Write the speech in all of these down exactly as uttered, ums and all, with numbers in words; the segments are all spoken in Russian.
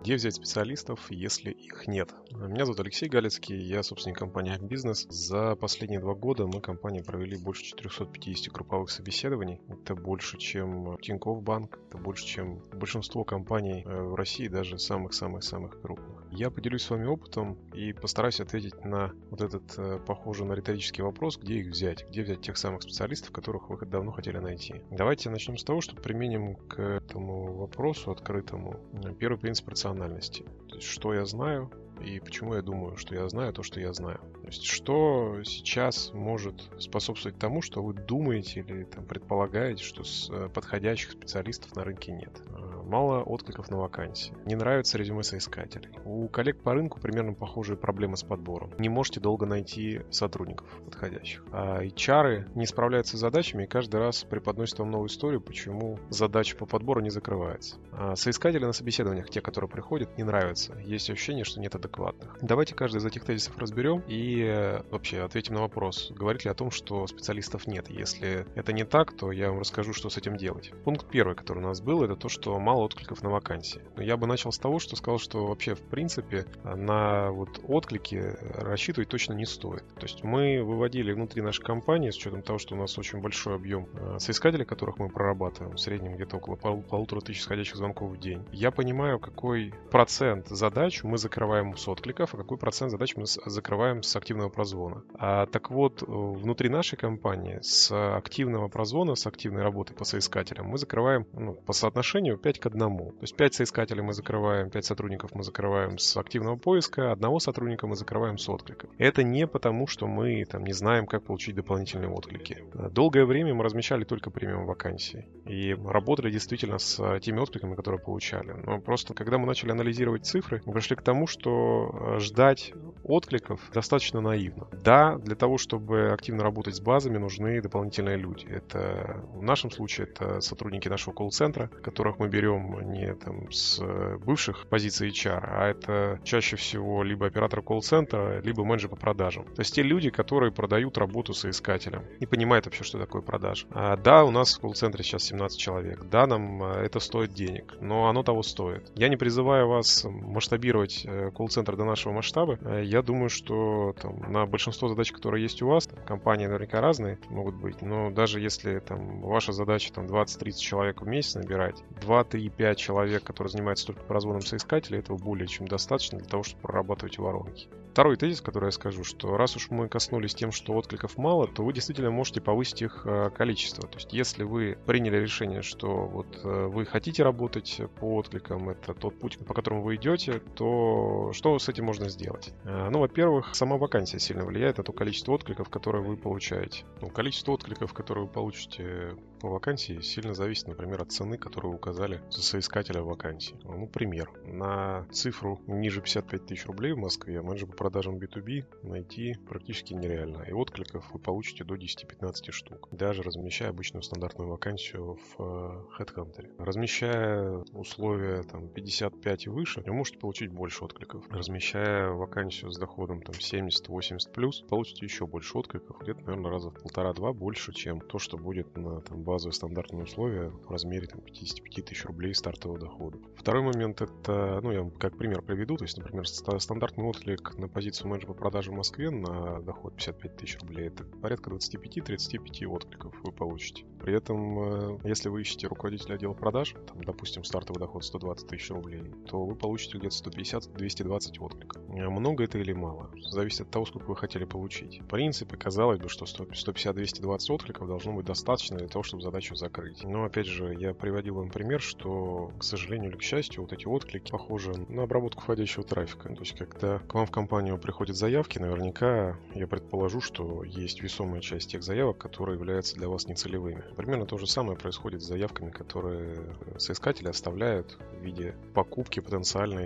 Где взять специалистов, если их нет? Меня зовут Алексей Галицкий, я собственник компании «Бизнес». За последние два года мы компании провели больше четырехсот пятидесяти групповых собеседований. Это больше, чем Тинькофф Банк, это больше, чем большинство компаний в России, даже самых-самых-самых крупных. Я поделюсь с вами опытом и постараюсь ответить на вот этот, похожий на риторический вопрос, где их взять, где взять тех самых специалистов, которых вы давно хотели найти. Давайте начнем с того, что применим к этому вопросу открытому первый принцип рациональности. То есть, что я знаю и почему я думаю, что я знаю то, что я знаю. То есть, что сейчас может способствовать тому, что вы думаете или там, предполагаете, что с подходящих специалистов на рынке нет. Мало откликов на вакансии. Не нравится резюме соискателей. У коллег по рынку примерно похожие проблемы с подбором. Не можете долго найти сотрудников подходящих. А эйч ар не справляются с задачами и каждый раз преподносят вам новую историю, почему задача по подбору не закрывается. А соискатели на собеседованиях, те, которые приходят, не нравятся. Есть ощущение, что нет адекватных. Давайте каждый из этих тезисов разберем и вообще ответим на вопрос, говорит ли о том, что специалистов нет. Если это не так, то я вам расскажу, что с этим делать. Пункт первый, который у нас был, это то, что мало откликов на вакансии. Но я бы начал с того, что сказал, что вообще в принципе на вот отклики рассчитывать точно не стоит. То есть мы выводили внутри нашей компании, с учетом того, что у нас очень большой объем соискателей, которых мы прорабатываем, в среднем где-то около пол- полутора тысяч сходящих звонков в день, я понимаю, какой процент задач мы закрываем с откликов, а какой процент задач мы закрываем с активного прозвона. А, так вот, внутри нашей компании с активного прозвона, с активной работы по соискателям мы закрываем ну, по соотношению пять к одному. То есть пять соискателей мы закрываем, пять сотрудников мы закрываем с активного поиска, одного сотрудника мы закрываем с откликов. Это не потому, что мы там не знаем, как получить дополнительные отклики. Долгое время мы размещали только премиум вакансии и работали действительно с теми откликами, которые получали. Но просто когда мы начали анализировать цифры, мы пришли к тому, что ждать откликов достаточно наивно. Да, для того, чтобы активно работать с базами, нужны дополнительные люди. Это в нашем случае это сотрудники нашего колл-центра, которых мы берем не там с бывших позиций эйч ар, а это чаще всего либо оператор колл-центра, либо менеджер по продажам. То есть те люди, которые продают работу соискателям и понимают вообще, что такое продажа. А, да, у нас в колл-центре сейчас семнадцать человек. Да, нам это стоит денег, но оно того стоит. Я не призываю вас масштабировать колл-центр до нашего масштаба. Я думаю, что там, на большинство задач, которые есть у вас, там, компании наверняка разные могут быть, но даже если там ваша задача там двадцать-тридцать человек в месяц набирать, два-три-пять человек, которые занимаются только прозвоном соискателей, этого более чем достаточно для того, чтобы прорабатывать воронки. Второй тезис, который я скажу, что раз уж мы коснулись тем, что откликов мало, то вы действительно можете повысить их количество. То есть если вы приняли решение, что вот вы хотите работать по откликам, это тот путь, по которому вы идете, то что с этим можно сделать? Ну, во-первых, сама вакансия сильно влияет на то количество откликов, которые вы получаете. Ну, количество откликов, которые вы получите по вакансии, сильно зависит, например, от цены, которую вы указали за соискателя вакансии. Ну, пример. На цифру ниже пятьдесят пять тысяч рублей в Москве менеджер по продажам би ту би найти практически нереально. И откликов вы получите до десяти-пятнадцати штук, даже размещая обычную стандартную вакансию в HeadHunter. Размещая условия там, пятьдесят пять и выше, вы можете получить больше откликов. Размещая вакансию с доходом там, семьдесят-восемьдесят плюс, получите еще больше откликов, где-то, наверное, раза в полтора-два больше, чем то, что будет на там, базовые стандартные условия в размере там, пятьдесят пять тысяч рублей стартового дохода. Второй момент это, ну я вам как пример приведу, то есть, например, стандартный отклик на позицию менеджера по продажам в Москве на доход пятьдесят пять тысяч рублей, это порядка двадцать пять-тридцать пять откликов вы получите. При этом, если вы ищете руководителя отдела продаж, там, допустим, стартовый доход сто двадцать тысяч рублей, то вы получите где-то сто пятьдесят-двести двадцать откликов. Много это или мало? Зависит от того, сколько вы хотели получить. В принципе, казалось бы, что сто пятьдесят-двести двадцать откликов должно быть достаточно для того, чтобы задачу закрыть. Но, опять же, я приводил вам пример, что, к сожалению или к счастью, вот эти отклики похожи на обработку входящего трафика. То есть, когда к вам в компанию приходят заявки, наверняка я предположу, что есть весомая часть тех заявок, которые являются для вас нецелевыми. Примерно то же самое происходит с заявками, которые соискатели оставляют в виде покупки потенциальной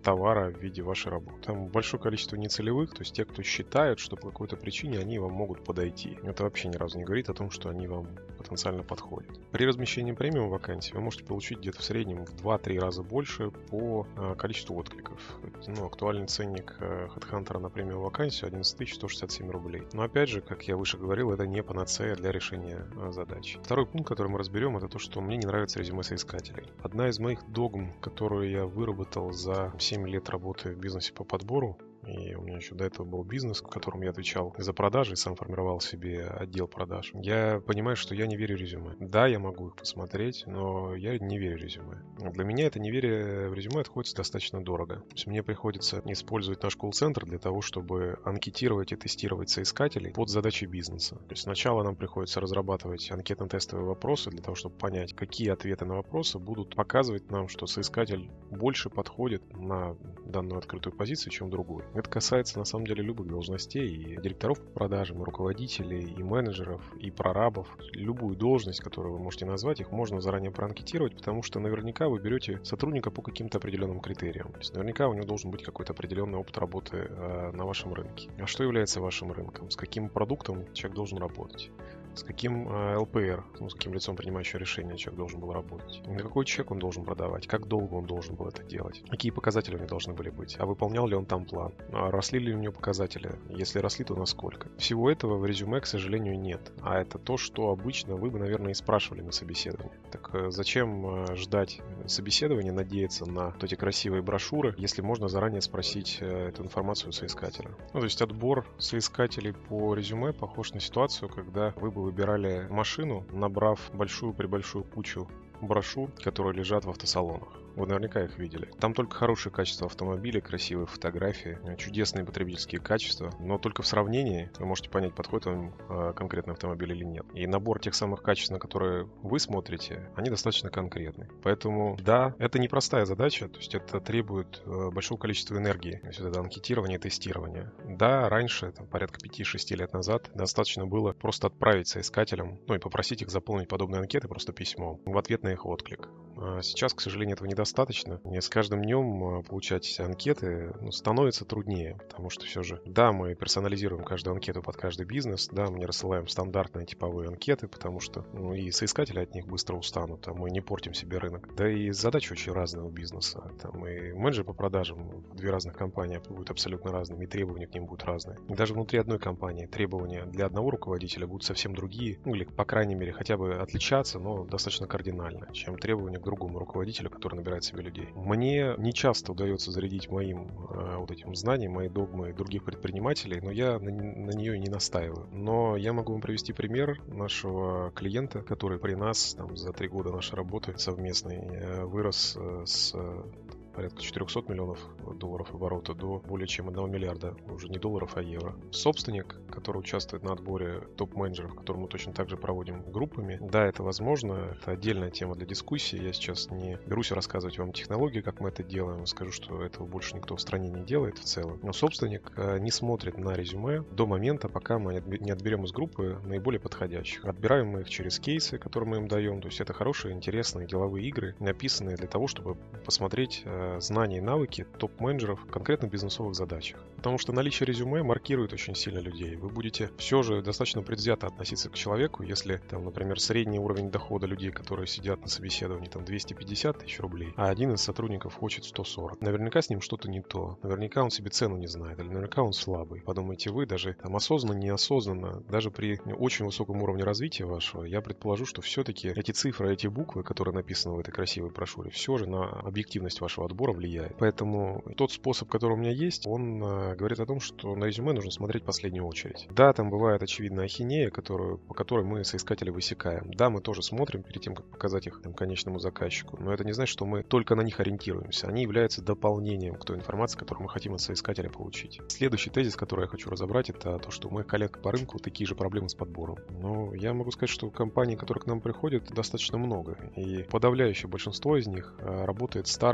товара в виде вашей работы. Там большое количество нецелевых, то есть те, кто считают, что по какой-то причине они вам могут подойти. Это вообще ни разу не говорит о том, что они вам потенциально подходят. При размещении премиум вакансий вы можете получить где-то в среднем в два-три раза больше по а, количеству откликов. Ну, актуальный ценник а, HeadHunter на премиум вакансию одиннадцать тысяч сто шестьдесят семь рублей. Но опять же, как я выше говорил, это не панацея для решения а, задач. Второй пункт, который мы разберем, это то, что мне не нравится резюме соискателей. Одна из моих догм, которую я выработал за семь лет работы в бизнесе по подбору, и у меня еще до этого был бизнес, в котором я отвечал за продажи и сам формировал себе отдел продаж. Я понимаю, что я не верю резюме. Да, я могу их посмотреть, но я не верю резюме. Для меня это неверие в резюме отходится достаточно дорого. То есть мне приходится использовать наш колл-центр для того, чтобы анкетировать и тестировать соискателей под задачи бизнеса. То есть сначала нам приходится разрабатывать анкетно-тестовые вопросы для того, чтобы понять, какие ответы на вопросы будут показывать нам, что соискатель больше подходит на данную открытую позицию, чем другую. Это касается, на самом деле, любых должностей, и директоров по продажам, и руководителей, и менеджеров, и прорабов. Любую должность, которую вы можете назвать, их можно заранее проанкетировать, потому что наверняка вы берете сотрудника по каким-то определенным критериям. То есть наверняка у него должен быть какой-то определенный опыт работы э, на вашем рынке. А что является вашим рынком? С каким продуктом человек должен работать? С каким э, эл пи эр, ну, с каким лицом принимающего решения человек должен был работать? На какой чек он должен продавать? Как долго он должен был это делать? Какие показатели у него должны были быть? А выполнял ли он там план? А росли ли у него показатели? Если росли, то насколько? Всего этого в резюме, к сожалению, нет. А это то, что обычно вы бы, наверное, и спрашивали на собеседовании. Так э, зачем э, ждать собеседования, надеяться на вот эти красивые брошюры, если можно заранее спросить э, эту информацию у соискателя? Ну, то есть отбор соискателей по резюме похож на ситуацию, когда вы бы выбирали машину, набрав большую-пребольшую кучу брошюр, которые лежат в автосалонах. Вы наверняка их видели. Там только хорошее качество автомобиля, красивые фотографии, чудесные потребительские качества. Но только в сравнении вы можете понять, подходит вам э, конкретный автомобиль или нет. И набор тех самых качеств, на которые вы смотрите, они достаточно конкретны. Поэтому, да, это непростая задача. То есть это требует э, большого количества энергии. То есть это анкетирование и тестирование. Да, раньше, там, порядка пяти-шести лет назад, достаточно было просто отправить соискателям, ну и попросить их заполнить подобные анкеты просто письмом в ответ на их отклик. А сейчас, к сожалению, этого недостаточно. Достаточно. И с каждым днем получать анкеты ну, становится труднее, потому что все же, да, мы персонализируем каждую анкету под каждый бизнес, да, мы не рассылаем стандартные типовые анкеты, потому что ну, и соискатели от них быстро устанут, а мы не портим себе рынок. Да и задачи очень разные у бизнеса. Там и менеджер по продажам в две разных компании будут абсолютно разными, и требования к ним будут разные. И даже внутри одной компании требования для одного руководителя будут совсем другие, ну или, по крайней мере, хотя бы отличаться, но достаточно кардинально, чем требования к другому руководителю, который набирает себе людей. Мне не часто удается зарядить моим э, вот этим знанием, мои догмы других предпринимателей, но я на, на нее не настаиваю. Но я могу вам привести пример нашего клиента, который при нас там, за три года нашей работы совместной э, вырос э, с порядка четырехсот миллионов долларов оборота до более чем одного миллиарда, уже не долларов, а евро. Собственник, который участвует на отборе топ-менеджеров, который мы точно так же проводим группами, да, это возможно, это отдельная тема для дискуссии. Я сейчас не берусь рассказывать вам технологии, как мы это делаем, скажу, что этого больше никто в стране не делает в целом. Но собственник не смотрит на резюме до момента, пока мы не отберем из группы наиболее подходящих. Отбираем мы их через кейсы, которые мы им даем, то есть это хорошие, интересные деловые игры, написанные для того, чтобы посмотреть знания и навыки топ-менеджеров в конкретно бизнесовых задачах. Потому что наличие резюме маркирует очень сильно людей. Вы будете все же достаточно предвзято относиться к человеку, если, там, например, средний уровень дохода людей, которые сидят на собеседовании, там двести пятьдесят тысяч рублей, а один из сотрудников хочет сто сорок. Наверняка с ним что-то не то. Наверняка он себе цену не знает, или наверняка он слабый. Подумайте вы, даже там осознанно, неосознанно, даже при очень высоком уровне развития вашего, я предположу, что все-таки эти цифры, эти буквы, которые написаны в этой красивой брошюре, все же на объективность вашего отбора влияет. Поэтому тот способ, который у меня есть, он э, говорит о том, что на резюме нужно смотреть в последнюю очередь. Да, там бывает очевидная ахинея, которую, по которой мы соискателей высекаем. Да, мы тоже смотрим перед тем, как показать их там, конечному заказчику. Но это не значит, что мы только на них ориентируемся. Они являются дополнением к той информации, которую мы хотим от соискателя получить. Следующий тезис, который я хочу разобрать, это то, что у моих коллег по рынку такие же проблемы с подбором. Но я могу сказать, что компаний, которые к нам приходят, достаточно много. И подавляющее большинство из них э, работает старым методом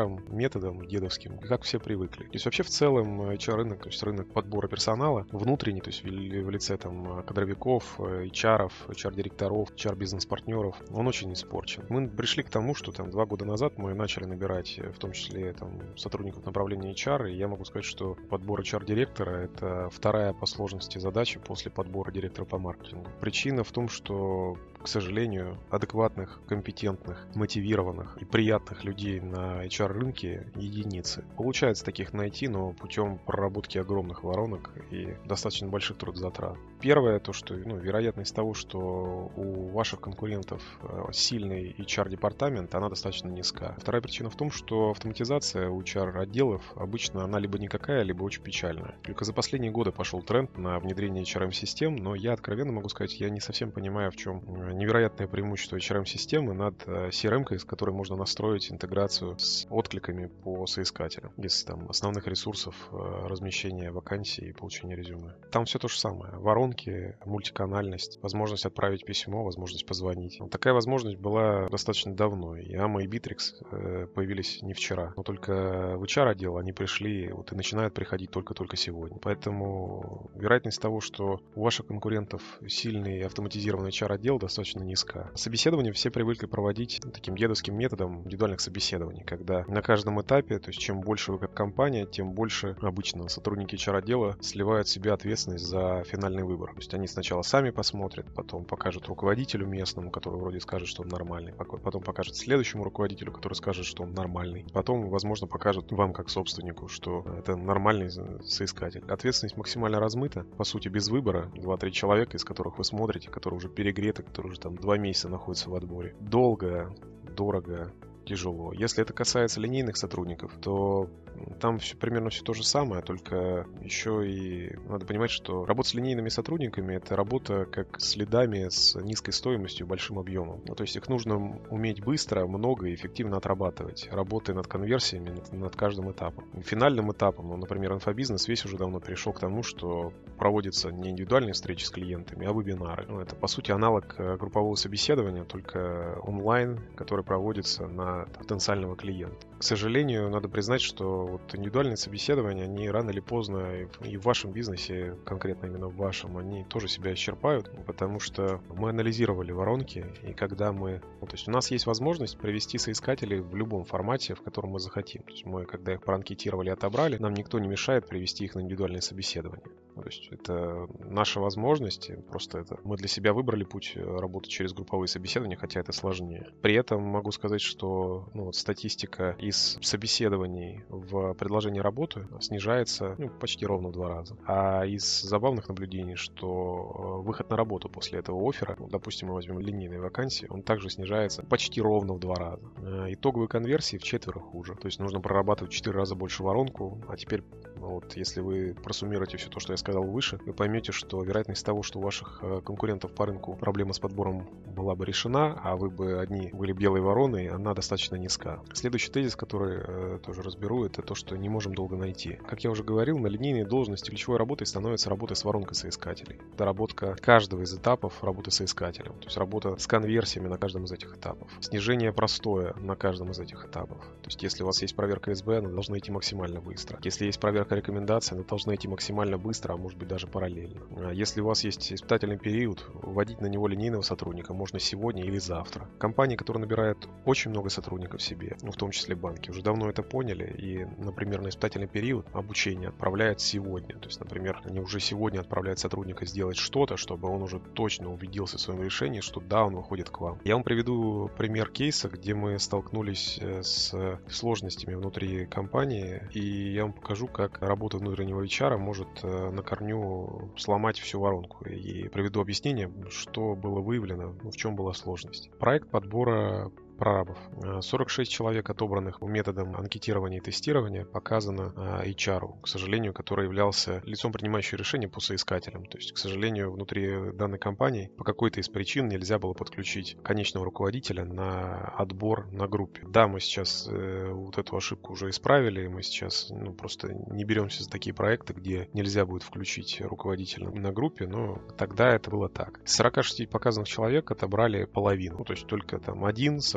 методам дедовским, как все привыкли. То есть вообще в целом эйч ар-рынок, то есть рынок подбора персонала внутренний, то есть в лице там кадровиков, эйч ар-ов, эйч ар-директоров, эйч ар-бизнес-партнеров, он очень испорчен. Мы пришли к тому, что там два года назад мы начали набирать в том числе там сотрудников направления эйч ар, и я могу сказать, что подбор эйч ар-директора — это вторая по сложности задача после подбора директора по маркетингу. Причина в том, что, к сожалению, адекватных, компетентных, мотивированных и приятных людей на эйч ар-рынке единицы. Получается таких найти, но путем проработки огромных воронок и достаточно больших трудозатрат. Первое, то, что ну, вероятность того, что у ваших конкурентов сильный эйч ар-департамент, она достаточно низка. Вторая причина в том, что автоматизация у эйч ар-отделов обычно она либо никакая, либо очень печальная. Только за последние годы пошел тренд на внедрение эйч ар эм-систем, но я откровенно могу сказать, я не совсем понимаю, в чем невероятное преимущество эйч ар эм-системы над си ар эм-кой, с которой можно настроить интеграцию с откликами по соискателям, без там, основных ресурсов размещения вакансий и получения резюме. Там все то же самое. Воронки, мультиканальность, возможность отправить письмо, возможность позвонить. Такая возможность была достаточно давно, и ама и Bittrex появились не вчера, но только в эйч ар-отдел они пришли вот, и начинают приходить только-только сегодня. Поэтому вероятность того, что у ваших конкурентов сильный автоматизированный эйч ар-отдел, достаточно низка. Собеседование все привыкли проводить таким дедовским методом индивидуальных собеседований, когда на каждом этапе, то есть чем больше вы как компания, тем больше обычно сотрудники эйч ар-отдела сливают в себя ответственность за финальный выбор. То есть они сначала сами посмотрят, потом покажут руководителю местному, который вроде скажет, что он нормальный, потом покажет следующему руководителю, который скажет, что он нормальный, потом, возможно, покажет вам как собственнику, что это нормальный соискатель. Ответственность максимально размыта, по сути, без выбора. Два-три человека, из которых вы смотрите, которые уже перегреты, которые уже там два месяца находятся в отборе. Долго, дорого, тяжело. Если это касается линейных сотрудников, то там все, примерно все то же самое, только еще и надо понимать, что работа с линейными сотрудниками — это работа как с лидами с низкой стоимостью, большим объемом. Ну, то есть их нужно уметь быстро, много и эффективно отрабатывать, работая над конверсиями, над, над каждым этапом. И финальным этапом, ну, например, инфобизнес весь уже давно перешел к тому, что проводятся не индивидуальные встречи с клиентами, а вебинары. Ну, это, по сути, аналог группового собеседования, только онлайн, который проводится на потенциального клиента. К сожалению, надо признать, что вот индивидуальные собеседования, они рано или поздно и в вашем бизнесе, конкретно именно в вашем, они тоже себя исчерпают, потому что мы анализировали воронки, и когда мы... Ну, то есть у нас есть возможность привести соискателей в любом формате, в котором мы захотим. То есть мы, когда их проанкетировали и отобрали, нам никто не мешает привести их на индивидуальные собеседования. То есть это наша возможность, просто это мы для себя выбрали путь работы через групповые собеседования, хотя это сложнее. При этом могу сказать, что ну, вот статистика из собеседований в предложении работы снижается ну, почти ровно в два раза. А из забавных наблюдений, что выход на работу после этого оффера, ну, допустим, мы возьмем линейные вакансии, он также снижается почти ровно в два раза. Итоговые конверсии в четверо хуже. То есть нужно прорабатывать в четыре раза больше воронку, а теперь вот если вы просуммируете все то, что я сказал выше, вы поймете, что вероятность того, что у ваших конкурентов по рынку проблема с подбором была бы решена, а вы бы одни были белой вороной, она достаточно низка. Следующий тезис, который э, тоже разберу, это то, что не можем долго найти. Как я уже говорил, на линейной должности ключевой работой становится работа с воронкой соискателей. Доработка каждого из этапов работы с соискателем. То есть работа с конверсиями на каждом из этих этапов. Снижение простоя на каждом из этих этапов. То есть если у вас есть проверка эс бэ, она должна идти максимально быстро. Если есть проверка рекомендаций, она должна идти максимально быстро, а может быть даже параллельно. Если у вас есть испытательный период, вводить на него линейного сотрудника можно сегодня или завтра. Компании, которые набирают очень много сотрудников себе, ну в том числе банки, уже давно это поняли и, например, на испытательный период обучение отправляют сегодня. То есть, например, они уже сегодня отправляют сотрудника сделать что-то, чтобы он уже точно убедился в своем решении, что да, он выходит к вам. Я вам приведу пример кейса, где мы столкнулись с сложностями внутри компании, и я вам покажу, как работа внутреннего эйч ар может на корню сломать всю воронку. И приведу объяснение, что было выявлено, в чем была сложность. Проект подбора прорабов. сорок шесть человек, отобранных методом анкетирования и тестирования, показано эйч ар, к сожалению, который являлся лицом, принимающим решения по соискателям. То есть, к сожалению, внутри данной компании по какой-то из причин нельзя было подключить конечного руководителя на отбор на группе. Да, мы сейчас э, вот эту ошибку уже исправили, мы сейчас ну, просто не беремся за такие проекты, где нельзя будет включить руководителя на группе, но тогда это было так. Из сорока шести показанных человек отобрали половину, ну, то есть только там один с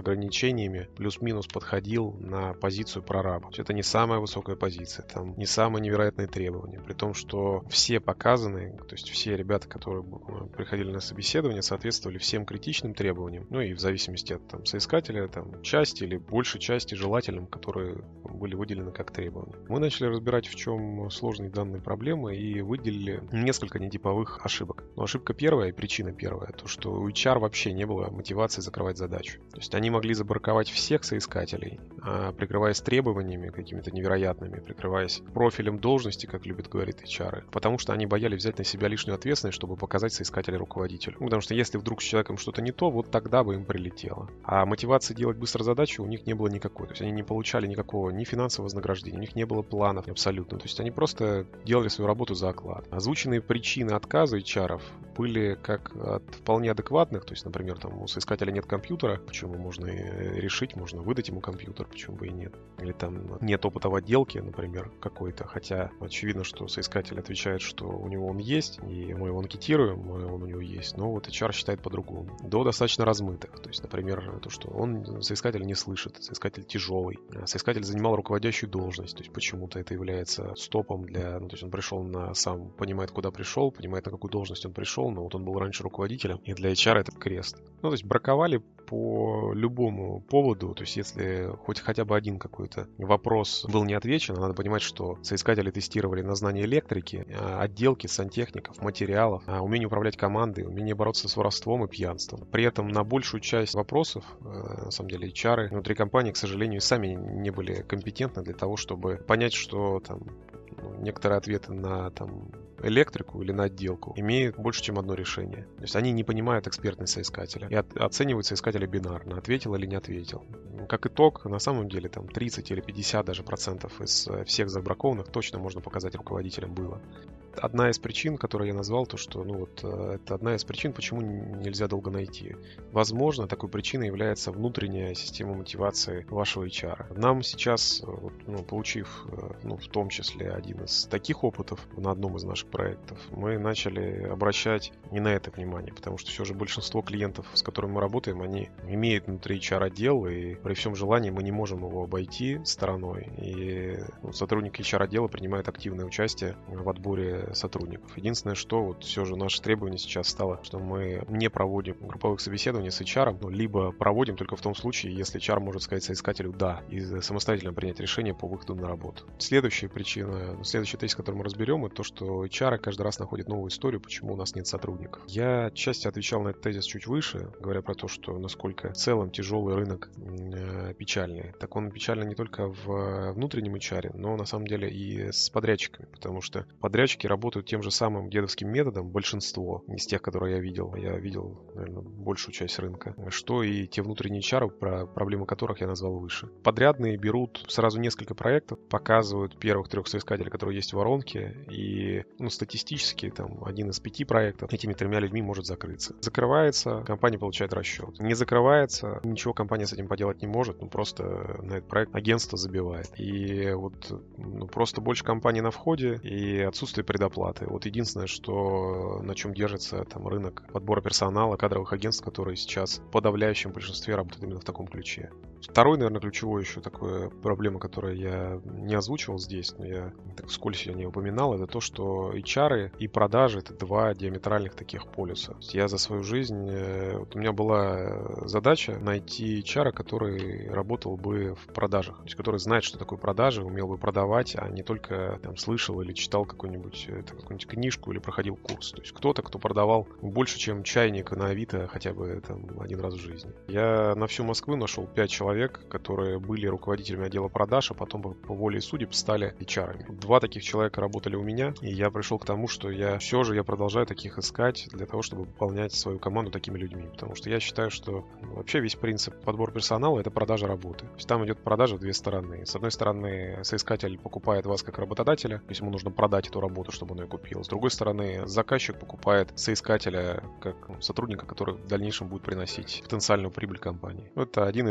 ограничениями плюс-минус подходил на позицию прораба. Это не самая высокая позиция, там не самые невероятные требования, при том, что все показанные, то есть все ребята, которые приходили на собеседование, соответствовали всем критичным требованиям, ну и в зависимости от там, соискателя, там, части или большей части желательным, которые были выделены как требования. Мы начали разбирать, в чем сложность данной проблемы и выделили несколько нетиповых ошибок. Но ошибка первая и причина первая, то, что у эйч ар вообще не было мотивации закрывать задачу. То есть они могли забраковать всех соискателей, а, прикрываясь требованиями какими-то невероятными, прикрываясь профилем должности, как любят говорить эйч ар, потому что они боялись взять на себя лишнюю ответственность, чтобы показать соискателя руководителю. Ну, потому что если вдруг с человеком что-то не то, вот тогда бы им прилетело. А мотивации делать быстро задачу у них не было никакой. То есть они не получали никакого ни финансового вознаграждения, у них не было планов абсолютно. То есть они просто делали свою работу за оклад. Озвученные причины отказа эйч ар были как от вполне адекватных, то есть, например, там у соискателя нет компьютера, почему можно и решить, можно выдать ему компьютер, почему бы и нет. Или там нет опыта в отделке, например, какой-то, хотя очевидно, что соискатель отвечает, что у него он есть, и мы его анкетируем, он у него есть, но вот эйч ар считает по-другому. До достаточно размытых, то есть, например, то, что он, соискатель не слышит, соискатель тяжелый, соискатель занимал руководящую должность, то есть почему-то это является стопом для, ну, то есть он пришел на сам, понимает, куда пришел, понимает, на какую должность он пришел, но вот он был раньше руководителем, и для эйч ар это крест. Ну, то есть браковали по любому поводу, то есть если хоть хотя бы один какой-то вопрос был не отвечен, надо понимать, что соискатели тестировали на знание электрики, отделки, сантехников, материалов, умение управлять командой, умение бороться с воровством и пьянством. При этом на большую часть вопросов, на самом деле, эйч ар внутри компании, к сожалению, сами не были компетентны для того, чтобы понять, что там некоторые ответы на там, электрику или на отделку имеют больше, чем одно решение. То есть они не понимают экспертность соискателя и от, оценивают соискателя бинарно, ответил или не ответил. Как итог, на самом деле там тридцать или пятьдесят даже процентов из всех забракованных точно можно показать руководителям было. Одна из причин, которую я назвал, то что, ну вот, это одна из причин, почему нельзя долго найти. Возможно, такой причиной является внутренняя система мотивации вашего эйч ар. Нам сейчас, вот, ну, получив, ну, в том числе один из таких опытов на одном из наших проектов, мы начали обращать не на это внимание, потому что все же большинство клиентов, с которыми мы работаем, они имеют внутри эйч ар отдел, и при всем желании мы не можем его обойти стороной. И, ну, сотрудники эйч ар отдела принимают активное участие в отборе сотрудников. Единственное, что вот все же наше требование сейчас стало, что мы не проводим групповых собеседований с эйч ар, ну, либо проводим только в том случае, если эйч ар может сказать соискателю «да» и самостоятельно принять решение по выходу на работу. Следующая причина, следующий тезис, который мы разберем, это то, что эйч ар каждый раз находит новую историю, почему у нас нет сотрудников. Я отчасти отвечал на этот тезис чуть выше, говоря про то, что насколько в целом тяжелый рынок э, печальный. Так он печальный не только в внутреннем эйч ар, но на самом деле и с подрядчиками, потому что подрядчики работают тем же самым дедовским методом, большинство из тех, которые я видел, я видел, наверное, большую часть рынка, что и те внутренние эйч ар, про проблемы которых я назвал выше. Подрядные берут сразу несколько проектов, показывают первых трех соискателей, которые есть в воронке, и, ну, статистически там один из пяти проектов этими тремя людьми может закрыться. Закрывается, компания получает расчет. Не закрывается, ничего компания с этим поделать не может, ну просто на этот проект агентство забивает. И вот, ну, просто больше компаний на входе и отсутствие предоплаты. Вот единственное, что на чем держится там рынок подбора персонала, кадровых агентств, которые сейчас в подавляющем большинстве работают именно в таком ключе. Второй, наверное, ключевой еще такая проблема, которую я не озвучивал здесь, но я так вскользь я не упоминал, это то, что эйч ар и продажи — это два диаметральных таких полюса. Я за свою жизнь, вот у меня была задача найти эйч ар, который работал бы в продажах, то есть который знает, что такое продажи, умел бы продавать, а не только там слышал или читал какой-нибудь какую-нибудь книжку или проходил курс. То есть кто-то, кто продавал больше, чем чайник на Авито хотя бы там один раз в жизни. Я на всю Москву нашел пять человек, которые были руководителями отдела продаж, а потом по воле судеб стали эйч ар-ами. Два таких человека работали у меня, и я пришел к тому, что я все же я продолжаю таких искать для того, чтобы выполнять свою команду такими людьми. Потому что я считаю, что вообще весь принцип подбора персонала — это продажа работы. То есть там идет продажа в две стороны. С одной стороны, соискатель покупает вас как работодателя, то есть ему нужно продать эту работу, чтобы он ее купил. С другой стороны, заказчик покупает соискателя как сотрудника, который в дальнейшем будет приносить потенциальную прибыль компании. Это один из видов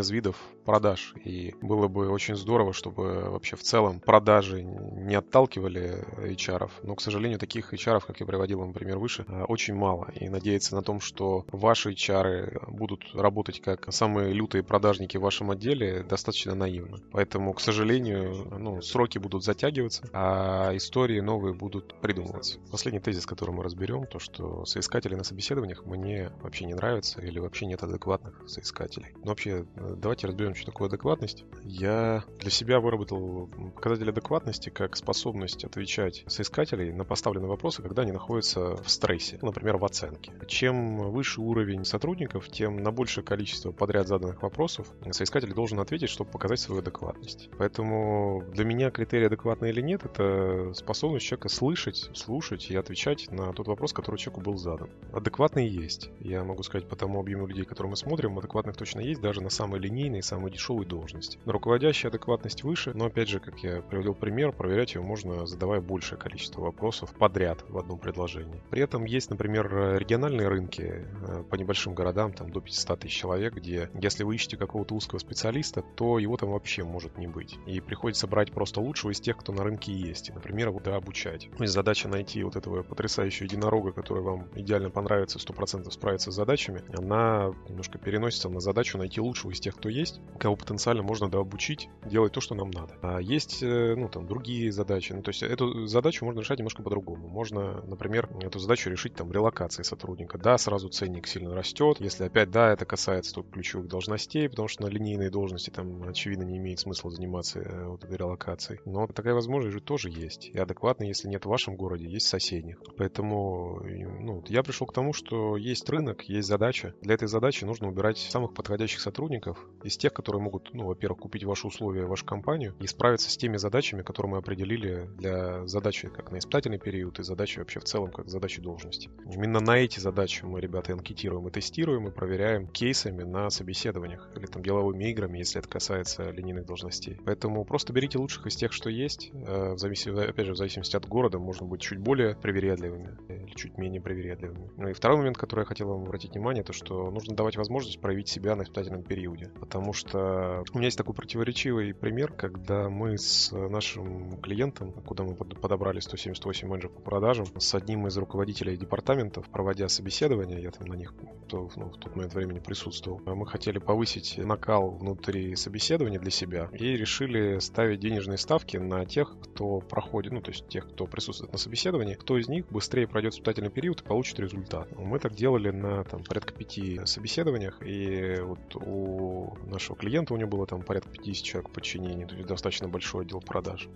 продаж. И было бы очень здорово, чтобы вообще в целом продажи не отталкивали эйч ар. Но, к сожалению, таких эйч ар, как я приводил, например, выше, очень мало. И надеяться на том, что ваши эйч ар будут работать как самые лютые продажники в вашем отделе, достаточно наивно. Поэтому, к сожалению, ну, сроки будут затягиваться, а истории новые будут придумываться. Последний тезис, который мы разберем, то, что соискатели на собеседованиях мне вообще не нравятся или вообще нет адекватных соискателей. Но вообще, давайте разберем, что такое адекватность. Я для себя выработал показатель адекватности как способность отвечать соискателей на поставленные вопросы, когда они находятся в стрессе, например, в оценке. Чем выше уровень сотрудников, тем на большее количество подряд заданных вопросов соискатель должен ответить, чтобы показать свою адекватность. Поэтому для меня критерий адекватный или нет — это способность человека слышать, слушать и отвечать на тот вопрос, который человеку был задан. Адекватные есть. Я могу сказать, по тому объему людей, которые мы смотрим, адекватных точно есть, даже на самые линейные, самые дешевые должности. На руководящая адекватность выше, но опять же, как я приводил пример, проверять ее можно, задавая большее количество вопросов подряд в одном предложении. При этом есть, например, региональные рынки по небольшим городам, там до пятисот тысяч человек, где если вы ищете какого-то узкого специалиста, то его там вообще может не быть. И приходится брать просто лучшего из тех, кто на рынке есть. И, например, его да, обучать. То есть задача найти вот этого потрясающего единорога, который вам идеально понравится, сто процентов справится с задачами, она немножко переносится на задачу найти лучшего из тех, кто есть, кого потенциально можно дообучить, делать то, что нам надо. А есть, ну, там, другие задачи. Ну, то есть эту задачу можно решать немножко по-другому. Можно, например, эту задачу решить там релокацией сотрудника. Да, сразу ценник сильно растет. Если опять, да, это касается только ключевых должностей, потому что на линейные должности там, очевидно, не имеет смысла заниматься э, вот этой релокацией. Но такая возможность же тоже есть. И адекватно, если нет в вашем городе, есть в соседних. Поэтому, ну, я пришел к тому, что есть рынок, есть задача. Для этой задачи нужно убирать самых подходящих сотрудников из тех, которые могут, ну, во-первых, купить ваши условия, вашу компанию и справиться с теми задачами, которые мы определили для задачи как на испытательный период и задачи вообще в целом как задачи должности. Именно на эти задачи мы, ребята, анкетируем и тестируем и проверяем кейсами на собеседованиях или там деловыми играми, если это касается линейных должностей. Поэтому просто берите лучших из тех, что есть. В зависимости, опять же, в зависимости от города можно быть чуть более привередливыми или чуть менее привередливыми. Ну и второй момент, который я хотел вам обратить внимание, то что нужно давать возможность проявить себя на испытательном периоде. Потому что у меня есть такой противоречивый пример, когда мы с нашим клиентом, куда мы подобрали сто семьдесят восемь менеджеров по продажам, с одним из руководителей департаментов, проводя собеседование, я там на них ну, в тот момент времени присутствовал, мы хотели повысить накал внутри собеседования для себя и решили ставить денежные ставки на тех, кто проходит, ну то есть тех, кто присутствует на собеседовании, кто из них быстрее пройдет испытательный период и получит результат. Мы так делали на там, порядка пяти собеседованиях, и вот у нашего клиента у него было там порядка пятьдесят человек в подчинении, то есть достаточно большой отдел продаж.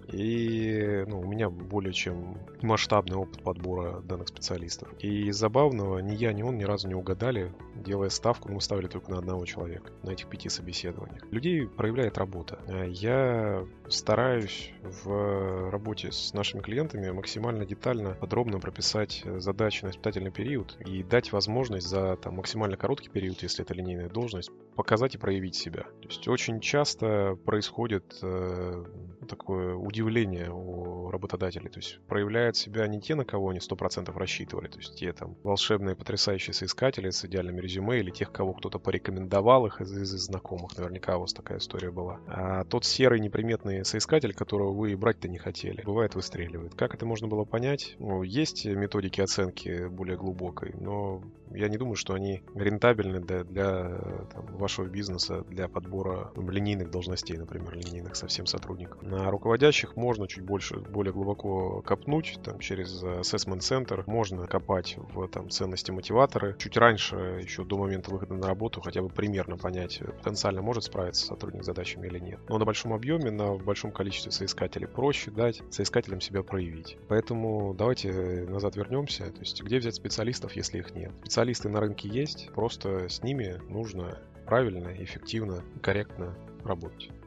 И ну, у меня более чем масштабный опыт подбора данных специалистов. И из забавного, ни я, ни он ни разу не угадали, делая ставку, мы ставили только на одного человека на этих пяти собеседованиях. Людей проявляет работа. Я стараюсь в работе с нашими клиентами максимально детально, подробно прописать задачи на испытательный период и дать возможность за там, максимально короткий период, если это линейная должность, показать и проявить себя. То есть очень часто происходит э, такое удивление у работодателей. То есть проявляют себя не те, на кого они сто процентов рассчитывали, то есть те там волшебные, потрясающие соискатели с идеальными резюме или тех, кого кто-то порекомендовал их из, из, из знакомых. Наверняка у вас такая история была. А тот серый неприметный соискатель, которого вы брать-то не хотели, бывает выстреливает. Как это можно было понять? Ну, есть методики оценки более глубокой, но я не думаю, что они рентабельны для, для там, вашего бизнеса, для подбора ну, линейных должностей, например, линейных совсем сотрудников. На руководящих можно чуть больше, более глубоко копнуть, там, через assessment center, можно копать в там, ценности мотиваторы. Чуть раньше, еще до момента выхода на работу, хотя бы примерно понять, потенциально может справиться сотрудник с задачами или нет. Но на большом объеме, на большом количестве соискателей проще дать соискателям себя проявить. Поэтому давайте назад вернемся. То есть где взять специалистов, если их нет? Специалисты на рынке есть, просто с ними нужно правильно, эффективно, корректно работать.